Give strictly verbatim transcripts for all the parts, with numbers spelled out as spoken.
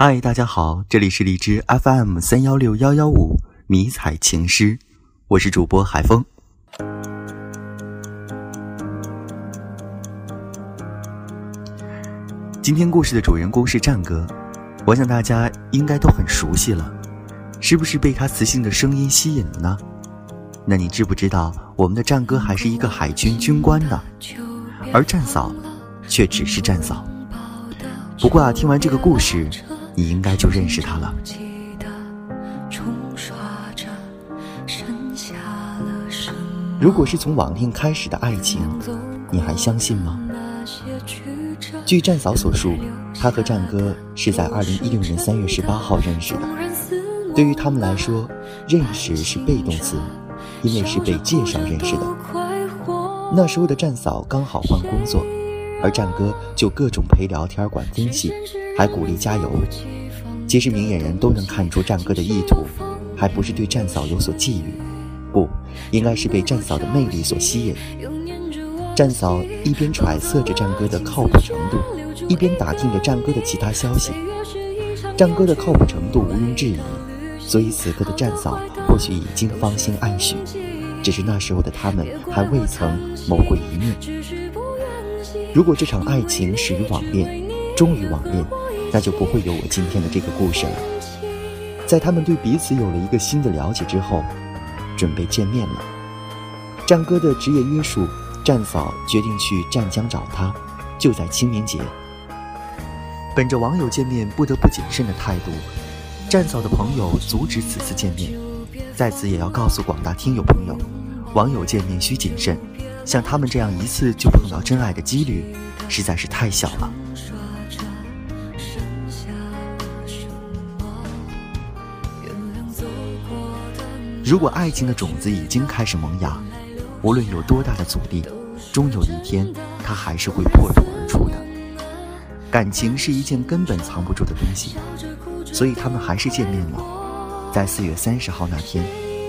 嗨，大家好，这里是荔枝 F M 三一六一一五迷彩情诗，我是主播海峰。今天故事的主人公是战哥，我想大家应该都很熟悉了，是不是被他磁性的声音吸引了呢？那你知不知道我们的战哥还是一个海军军官呢？而战嫂却只是战嫂。不过啊，听完这个故事你应该就认识他了。如果是从网恋开始的爱情，你还相信吗？据战嫂所述，他和战哥是在二零一六年三月十八号认识的。对于他们来说，认识是被动词，因为是被介绍认识的。那时候的战嫂刚好换工作，而战哥就各种陪聊天管分析，还鼓励加油。其实明眼人都能看出战哥的意图，还不是对战嫂有所觊觎，不，应该是被战嫂的魅力所吸引。战嫂一边揣测着战哥的靠谱程度，一边打听着战哥的其他消息。战哥的靠谱程度毋庸置疑，所以此刻的战嫂或许已经芳心暗许，只是那时候的他们还未曾谋过一面。如果这场爱情始于网恋，终于网恋，那就不会有我今天的这个故事了。在他们对彼此有了一个新的了解之后，准备见面了。战哥的职业约束，战嫂决定去湛江找他，就在清明节。本着网友见面不得不谨慎的态度，战嫂的朋友阻止此次见面。在此也要告诉广大听友朋友，网友见面需谨慎，像他们这样一次就碰到真爱的几率实在是太小了。如果爱情的种子已经开始萌芽，无论有多大的阻力，终有一天它还是会破土而出的。感情是一件根本藏不住的东西，所以他们还是见面了。在四月三十号那天，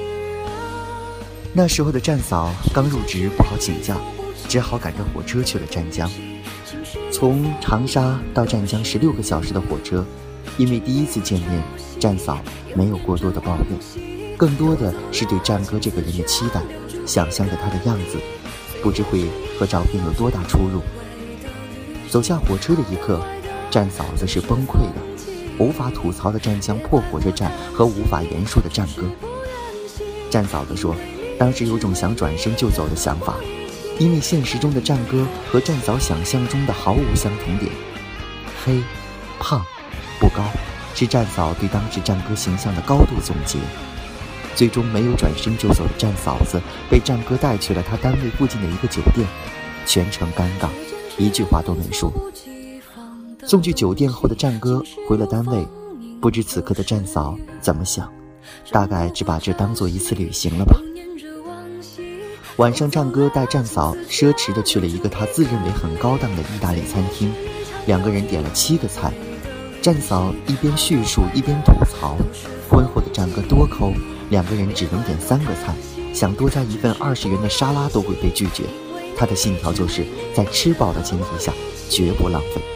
那时候的战嫂刚入职不好请假，只好赶着火车去了湛江。从长沙到湛江十六个小时的火车，因为第一次见面，战嫂没有过多的抱怨，更多的是对战哥这个人的期待，想象着他的样子，不知会和照片有多大出入。走下火车的一刻，战嫂子是崩溃的，无法吐槽的湛江破火车站和无法言说的战哥。战嫂子说，当时有种想转身就走的想法，因为现实中的战哥和战嫂想象中的毫无相同点。黑、胖、不高，是战嫂对当时战哥形象的高度总结。最终没有转身就走的战嫂子被战哥带去了他单位附近的一个酒店，全程尴尬，一句话都没说。送去酒店后的战哥回了单位，不知此刻的战嫂怎么想，大概只把这当做一次旅行了吧。晚上战哥带战嫂奢侈地去了一个他自认为很高档的意大利餐厅，两个人点了七个菜。战嫂一边叙述一边吐槽，婚后的战哥多抠，两个人只能点三个菜，想多加一份二十元的沙拉都会被拒绝。他的信条就是在吃饱的前提下绝不浪费。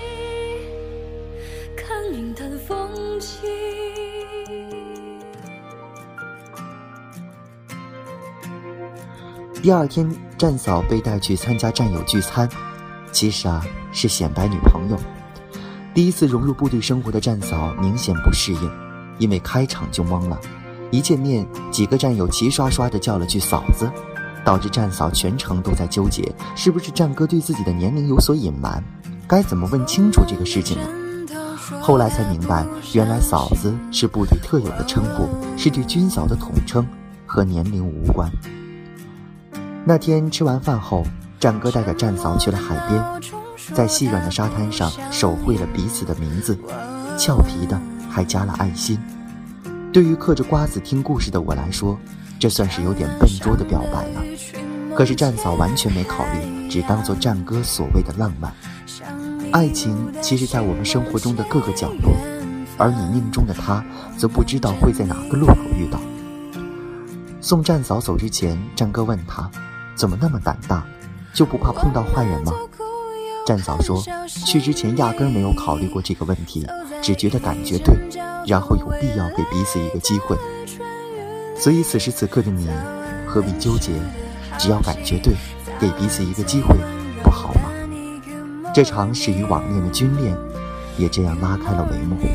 第二天，战嫂被带去参加战友聚餐，其实啊是显摆女朋友。第一次融入部队生活的战嫂明显不适应，因为开场就懵了。一见面，几个战友齐刷刷地叫了句嫂子，导致战嫂全程都在纠结，是不是战哥对自己的年龄有所隐瞒，该怎么问清楚这个事情呢？后来才明白，原来嫂子是部队特有的称呼，是对军嫂的统称，和年龄无关。那天吃完饭后，战哥带着战嫂去了海边，在细软的沙滩上手绘了彼此的名字，俏皮的还加了爱心。对于嗑着瓜子听故事的我来说，这算是有点笨拙的表白了。可是战嫂完全没考虑，只当作战哥所谓的浪漫。爱情其实在我们生活中的各个角落，而你命中的他则不知道会在哪个路口遇到。送战嫂走之前，战哥问他，怎么那么胆大，就不怕碰到坏人吗？战嫂说，去之前压根没有考虑过这个问题， 只觉得感觉对，然后有必要给彼此一个机会。所以此时此刻的你何必纠结，只要感觉对，给彼此一个机会，不好吗？这场始于网恋的军恋也这样拉开了帷幕。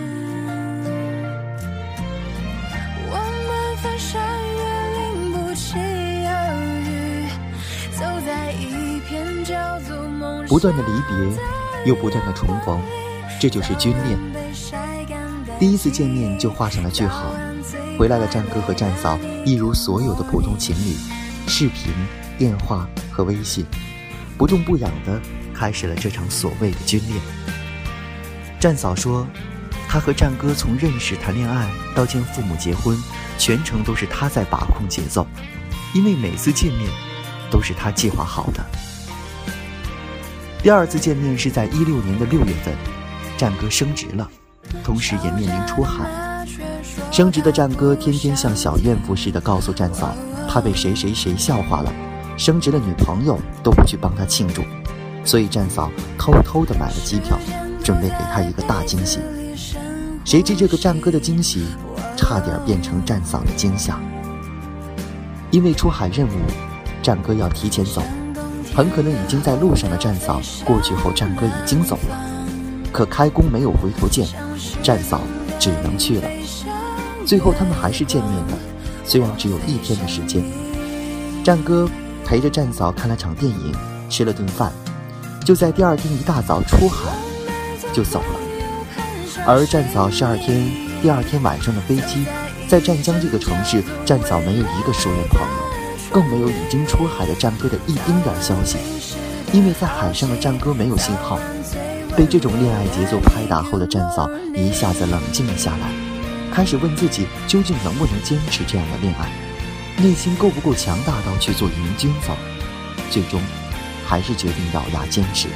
不断的离别，又不断的重逢，这就是军恋。第一次见面就画上了句号，回来的战哥和战嫂一如所有的普通情侣，视频、电话和微信，不痛不痒的开始了这场所谓的军恋。战嫂说，她和战哥从认识谈恋爱到见父母结婚，全程都是她在把控节奏，因为每次见面都是她计划好的。第二次见面是在一六年的六月份，战哥升职了，同时也面临出海。升职的战哥天天像小怨妇似的告诉战嫂，他被谁谁谁笑话了，升职的女朋友都不去帮他庆祝，所以战嫂偷偷的买了机票，准备给他一个大惊喜。谁知这个战哥的惊喜差点变成战嫂的惊吓。因为出海任务，战哥要提前走，很可能已经在路上的战嫂过去后，战哥已经走了，可开弓没有回头箭，战嫂只能去了。最后他们还是见面了，虽然只有一天的时间。战哥陪着战嫂看了场电影，吃了顿饭，就在第二天一大早出海就走了。而战嫂十二天第二天晚上的飞机，在湛江这个城市，战嫂没有一个熟人朋友，更没有已经出海的战哥的一丁点消息，因为在海上的战哥没有信号。被这种恋爱节奏拍打后的战嫂一下子冷静了下来，开始问自己究竟能不能坚持这样的恋爱，内心够不够强大到去做一名军嫂。最终还是决定咬牙坚持。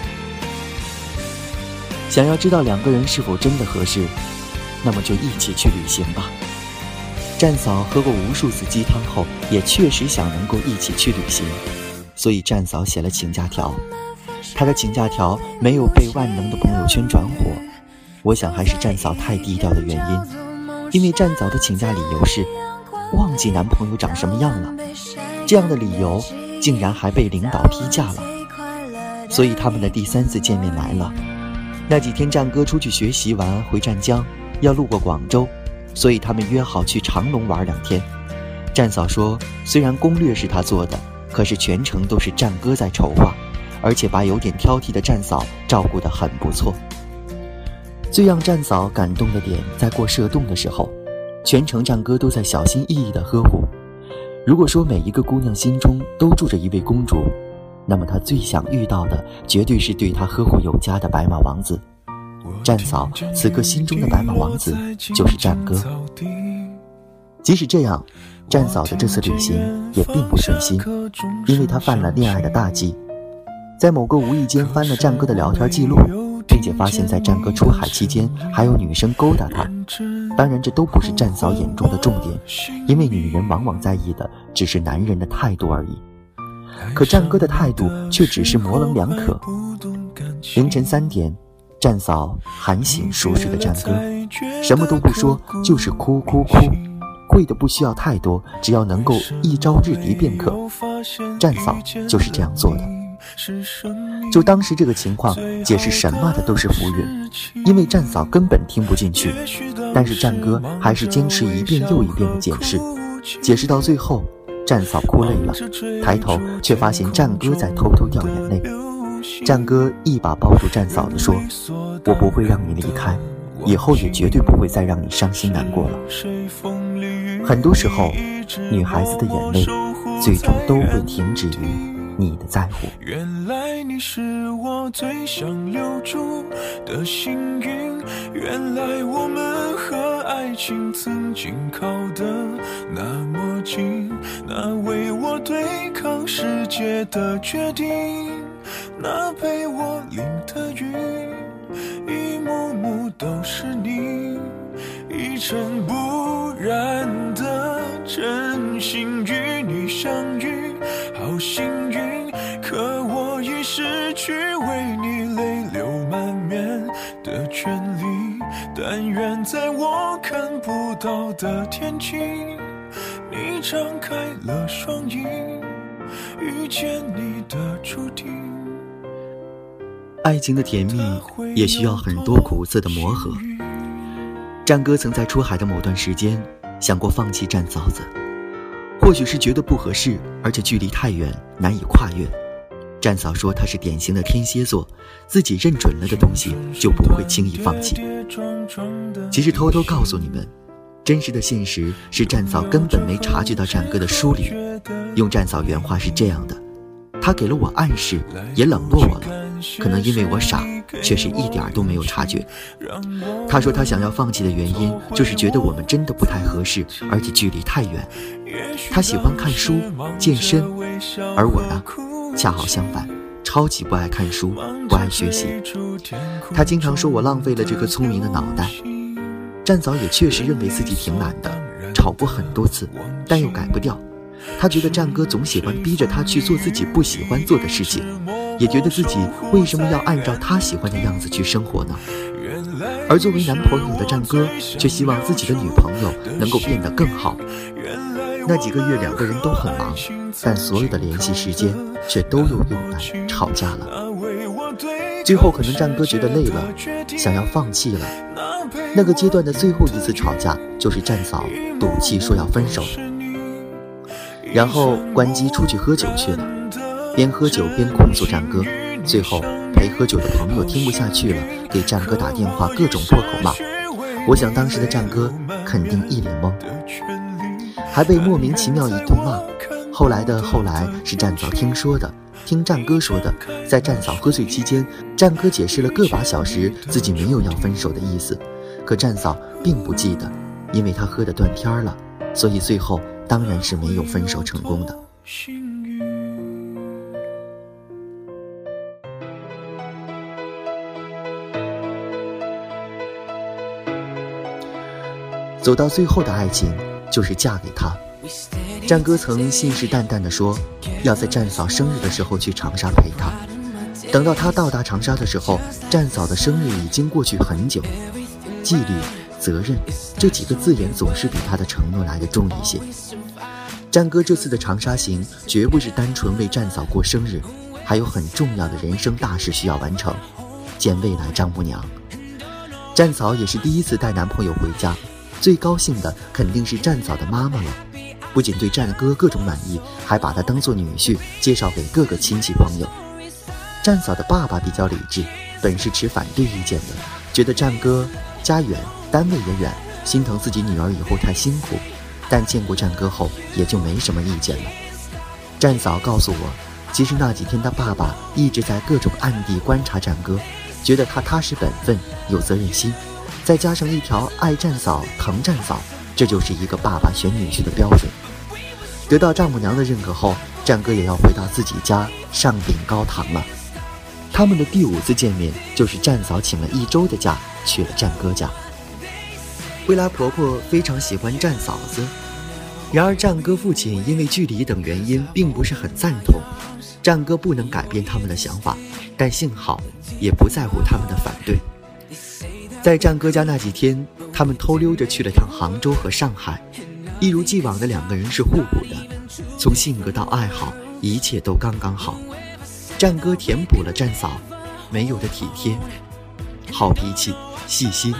想要知道两个人是否真的合适，那么就一起去旅行吧。战嫂喝过无数次鸡汤后，也确实想能够一起去旅行，所以战嫂写了请假条。她的请假条没有被万能的朋友圈转火，我想还是战嫂太低调的原因。因为战嫂的请假理由是忘记男朋友长什么样了，这样的理由竟然还被领导批假了。所以他们的第三次见面来了。那几天战哥出去学习完回湛江，要路过广州，所以他们约好去长隆玩两天。战嫂说，虽然攻略是他做的，可是全程都是战哥在筹划，而且把有点挑剔的战嫂照顾得很不错。最让战嫂感动的点，在过社洞的时候，全程战哥都在小心翼翼地呵护。如果说每一个姑娘心中都住着一位公主，那么她最想遇到的绝对是对她呵护有加的白马王子。战嫂此刻心中的白马王子就是战哥。即使这样，战嫂的这次旅行也并不顺心，因为她犯了恋爱的大忌。在某个无意间翻了战哥的聊天记录，并且发现在战哥出海期间还有女生勾搭他。当然这都不是战嫂眼中的重点，因为女人往往在意的只是男人的态度而已。可战哥的态度却只是模棱两可。凌晨三点，战嫂喊醒熟睡的战哥，什么都不说，就是哭哭哭，会的不需要太多，只要能够一招制敌便可。战嫂就是这样做的。就当时这个情况，解释什么的都是浮云，因为战嫂根本听不进去。但是战哥还是坚持一遍又一遍的解释，解释到最后，战嫂哭累了，抬头却发现战哥在偷偷掉眼泪。战哥一把抱住战嫂的说，我不会让你离开，以后也绝对不会再让你伤心难过了。很多时候，女孩子的眼泪最终都会停止于你的在乎。 原来你是我最想留住的幸运，原来我们和爱情曾经靠得那么近，那为我对抗世界的决定，那陪我淋的雨，一幕幕都是你，一尘不染的真心与你相遇，好幸运，可我已失去为你泪流满面的权利。 但愿在我看不到的天际，你张开了双翼，遇见你的注定。 爱情的甜蜜也需要很多苦涩的磨合。战哥曾在出海的某段时间想过放弃战嫂子，或许是觉得不合适，而且距离太远难以跨越。战嫂说他是典型的天蝎座，自己认准了的东西就不会轻易放弃。其实偷偷告诉你们，真实的现实是战嫂根本没察觉到战哥的疏离。用战嫂原话是这样的，他给了我暗示，也冷落我了，可能因为我傻，却是一点都没有察觉。他说他想要放弃的原因就是觉得我们真的不太合适，而且距离太远。他喜欢看书健身，而我呢恰好相反，超级不爱看书，不爱学习。他经常说我浪费了这颗聪明的脑袋。战嫂也确实认为自己挺懒的，吵过很多次，但又改不掉。他觉得战哥总喜欢逼着他去做自己不喜欢做的事情，也觉得自己为什么要按照他喜欢的样子去生活呢？而作为男朋友的战哥却希望自己的女朋友能够变得更好。那几个月两个人都很忙，但所有的联系时间却都又用来吵架了。最后可能战哥觉得累了，想要放弃了。那个阶段的最后一次吵架就是战嫂赌气说要分手，然后关机出去喝酒去了，边喝酒边控诉战哥。最后陪喝酒的朋友听不下去了，给战哥打电话各种破口骂。我想当时的战哥肯定一脸懵，还被莫名其妙一顿骂。后来的后来是战嫂听说的，听战哥说的，在战嫂喝醉期间，战哥解释了个把小时自己没有要分手的意思，可战嫂并不记得，因为他喝得断片了，所以最后当然是没有分手成功的。走到最后的爱情就是嫁给他。战哥曾信誓旦旦地说要在战嫂生日的时候去长沙陪她。等到他到达长沙的时候，战嫂的生日已经过去很久。纪律、责任这几个字眼总是比他的承诺来得重一些。战哥这次的长沙行绝不是单纯为战嫂过生日，还有很重要的人生大事需要完成，见未来丈母娘。战嫂也是第一次带男朋友回家，最高兴的肯定是战嫂的妈妈了，不仅对战哥各种满意，还把他当作女婿介绍给各个亲戚朋友。战嫂的爸爸比较理智，本是持反对意见的，觉得战哥家远单位也远，心疼自己女儿以后太辛苦，但见过战哥后也就没什么意见了。战嫂告诉我，其实那几天他爸爸一直在各种暗地观察战哥，觉得他踏实本分有责任心，再加上一条爱战嫂疼战嫂，这就是一个爸爸选女婿的标准。得到丈母娘的认可后，战哥也要回到自己家上顶高堂了。他们的第五次见面就是战嫂请了一周的假去了战哥家。未来婆婆非常喜欢战嫂子，然而战哥父亲因为距离等原因并不是很赞同，战哥不能改变他们的想法，但幸好也不在乎他们的反对。在战哥家那几天，他们偷溜着去了趟杭州和上海，一如既往的两个人是互补的，从性格到爱好一切都刚刚好。战哥填补了战嫂没有的体贴、好脾气、细心，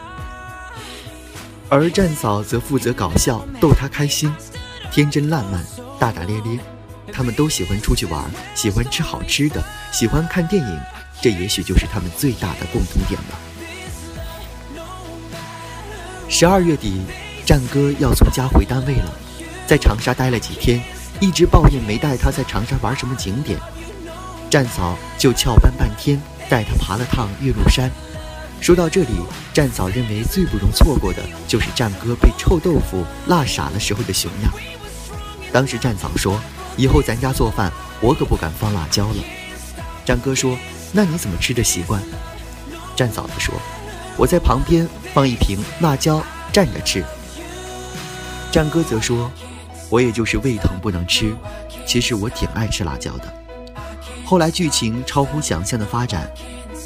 而战嫂则负责搞笑，逗他开心，天真烂漫，大大咧咧。他们都喜欢出去玩，喜欢吃好吃的，喜欢看电影，这也许就是他们最大的共同点吧。十二月底，战哥要从家回单位了，在长沙待了几天，一直抱怨没带他在长沙玩什么景点。战嫂就翘班半天，带他爬了趟岳麓山。说到这里，战嫂认为最不容错过的就是战哥被臭豆腐辣傻了时候的熊样。当时战嫂说，以后咱家做饭我可不敢放辣椒了。战哥说，那你怎么吃的习惯？战嫂子说，我在旁边放一瓶辣椒蘸着吃。战哥则说，我也就是胃疼不能吃，其实我挺爱吃辣椒的。后来剧情超乎想象的发展，十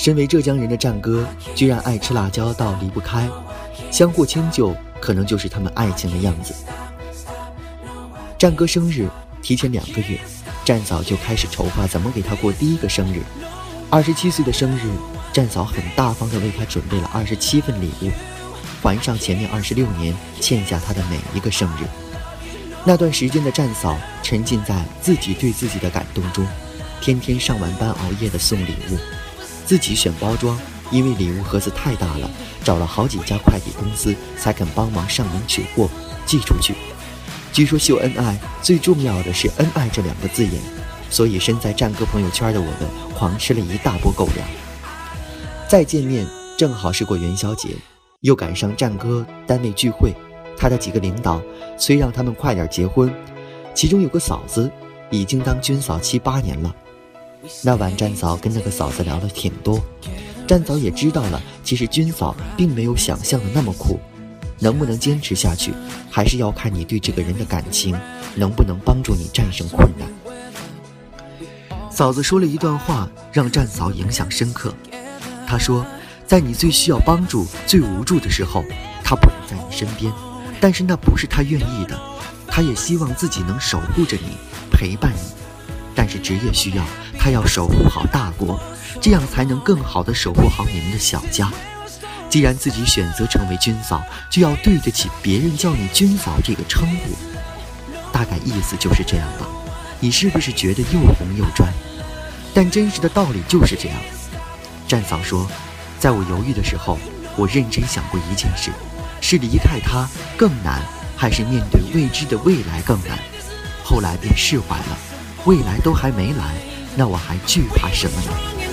身为浙江人的战歌居然爱吃辣椒到离不开，相互迁就可能就是他们爱情的样子。战歌生日提前两个月，战嫂就开始筹划怎么给他过第一个生日。二十七岁的生日，战嫂很大方地为他准备了二十七份礼物，还上前面二十六年欠下他的每一个生日。那段时间的战嫂沉浸在自己对自己的感动中，天天上完班熬夜的送礼物，自己选包装，因为礼物盒子太大了，找了好几家快递公司才肯帮忙上门取货寄出去。据说秀恩爱最重要的是恩爱这两个字眼，所以身在战歌朋友圈的我们狂吃了一大波狗粮。再见面正好是过元宵节，又赶上战歌单位聚会，他的几个领导催让他们快点结婚，其中有个嫂子已经当军嫂七八年了。那晚战嫂跟那个嫂子聊了挺多，战嫂也知道了，其实军嫂并没有想象的那么苦，能不能坚持下去还是要看你对这个人的感情能不能帮助你战胜困难。嫂子说了一段话让战嫂影响深刻，她说，在你最需要帮助最无助的时候，她不能在你身边，但是那不是她愿意的，她也希望自己能守护着你，陪伴你，但是职业需要，她要守护好大国，这样才能更好地守护好你们的小家。既然自己选择成为军嫂，就要对得起别人叫你军嫂这个称呼，大概意思就是这样吧。你是不是觉得又红又专？但真实的道理就是这样。战嫂说，在我犹豫的时候，我认真想过一件事，是离开他更难，还是面对未知的未来更难？后来便释怀了，未来都还没来，那我还惧怕什么呢？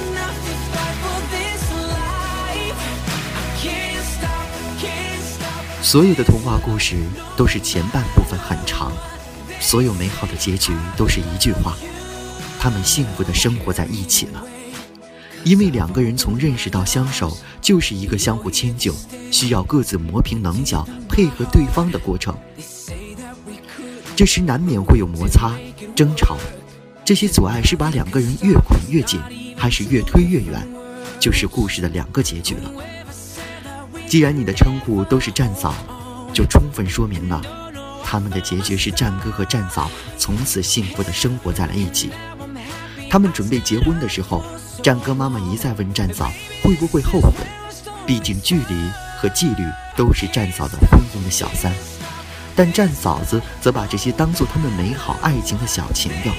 所有的童话故事都是前半部分很长，所有美好的结局都是一句话，他们幸福地生活在一起了。因为两个人从认识到相守，就是一个相互迁就，需要各自磨平棱角，配合对方的过程。这时难免会有摩擦、争吵，这些阻碍是把两个人越捆越紧，还是越推越远，就是故事的两个结局了。既然你的称呼都是战嫂，就充分说明了他们的结局是战哥和战嫂从此幸福地生活在了一起。他们准备结婚的时候，战哥妈妈一再问战嫂会不会后悔，毕竟距离和纪律都是战嫂的婚姻的小三，但战嫂子则把这些当作他们美好爱情的小情调。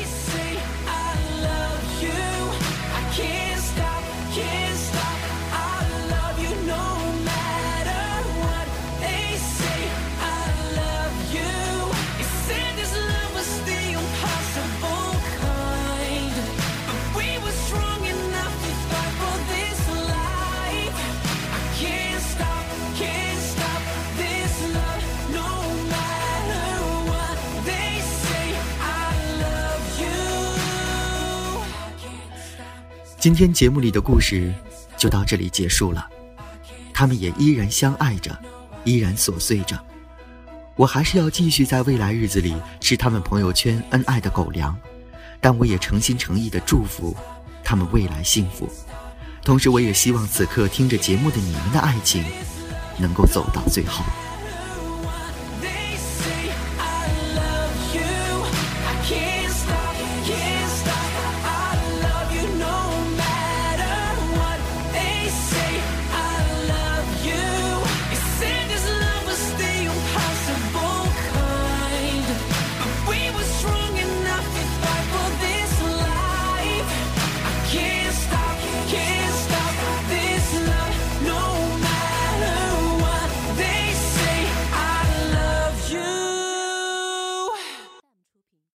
今天节目里的故事就到这里结束了，他们也依然相爱着，依然琐碎着。我还是要继续在未来日子里吃他们朋友圈恩爱的狗粮，但我也诚心诚意地祝福他们未来幸福。同时我也希望此刻听着节目的你们的爱情能够走到最后。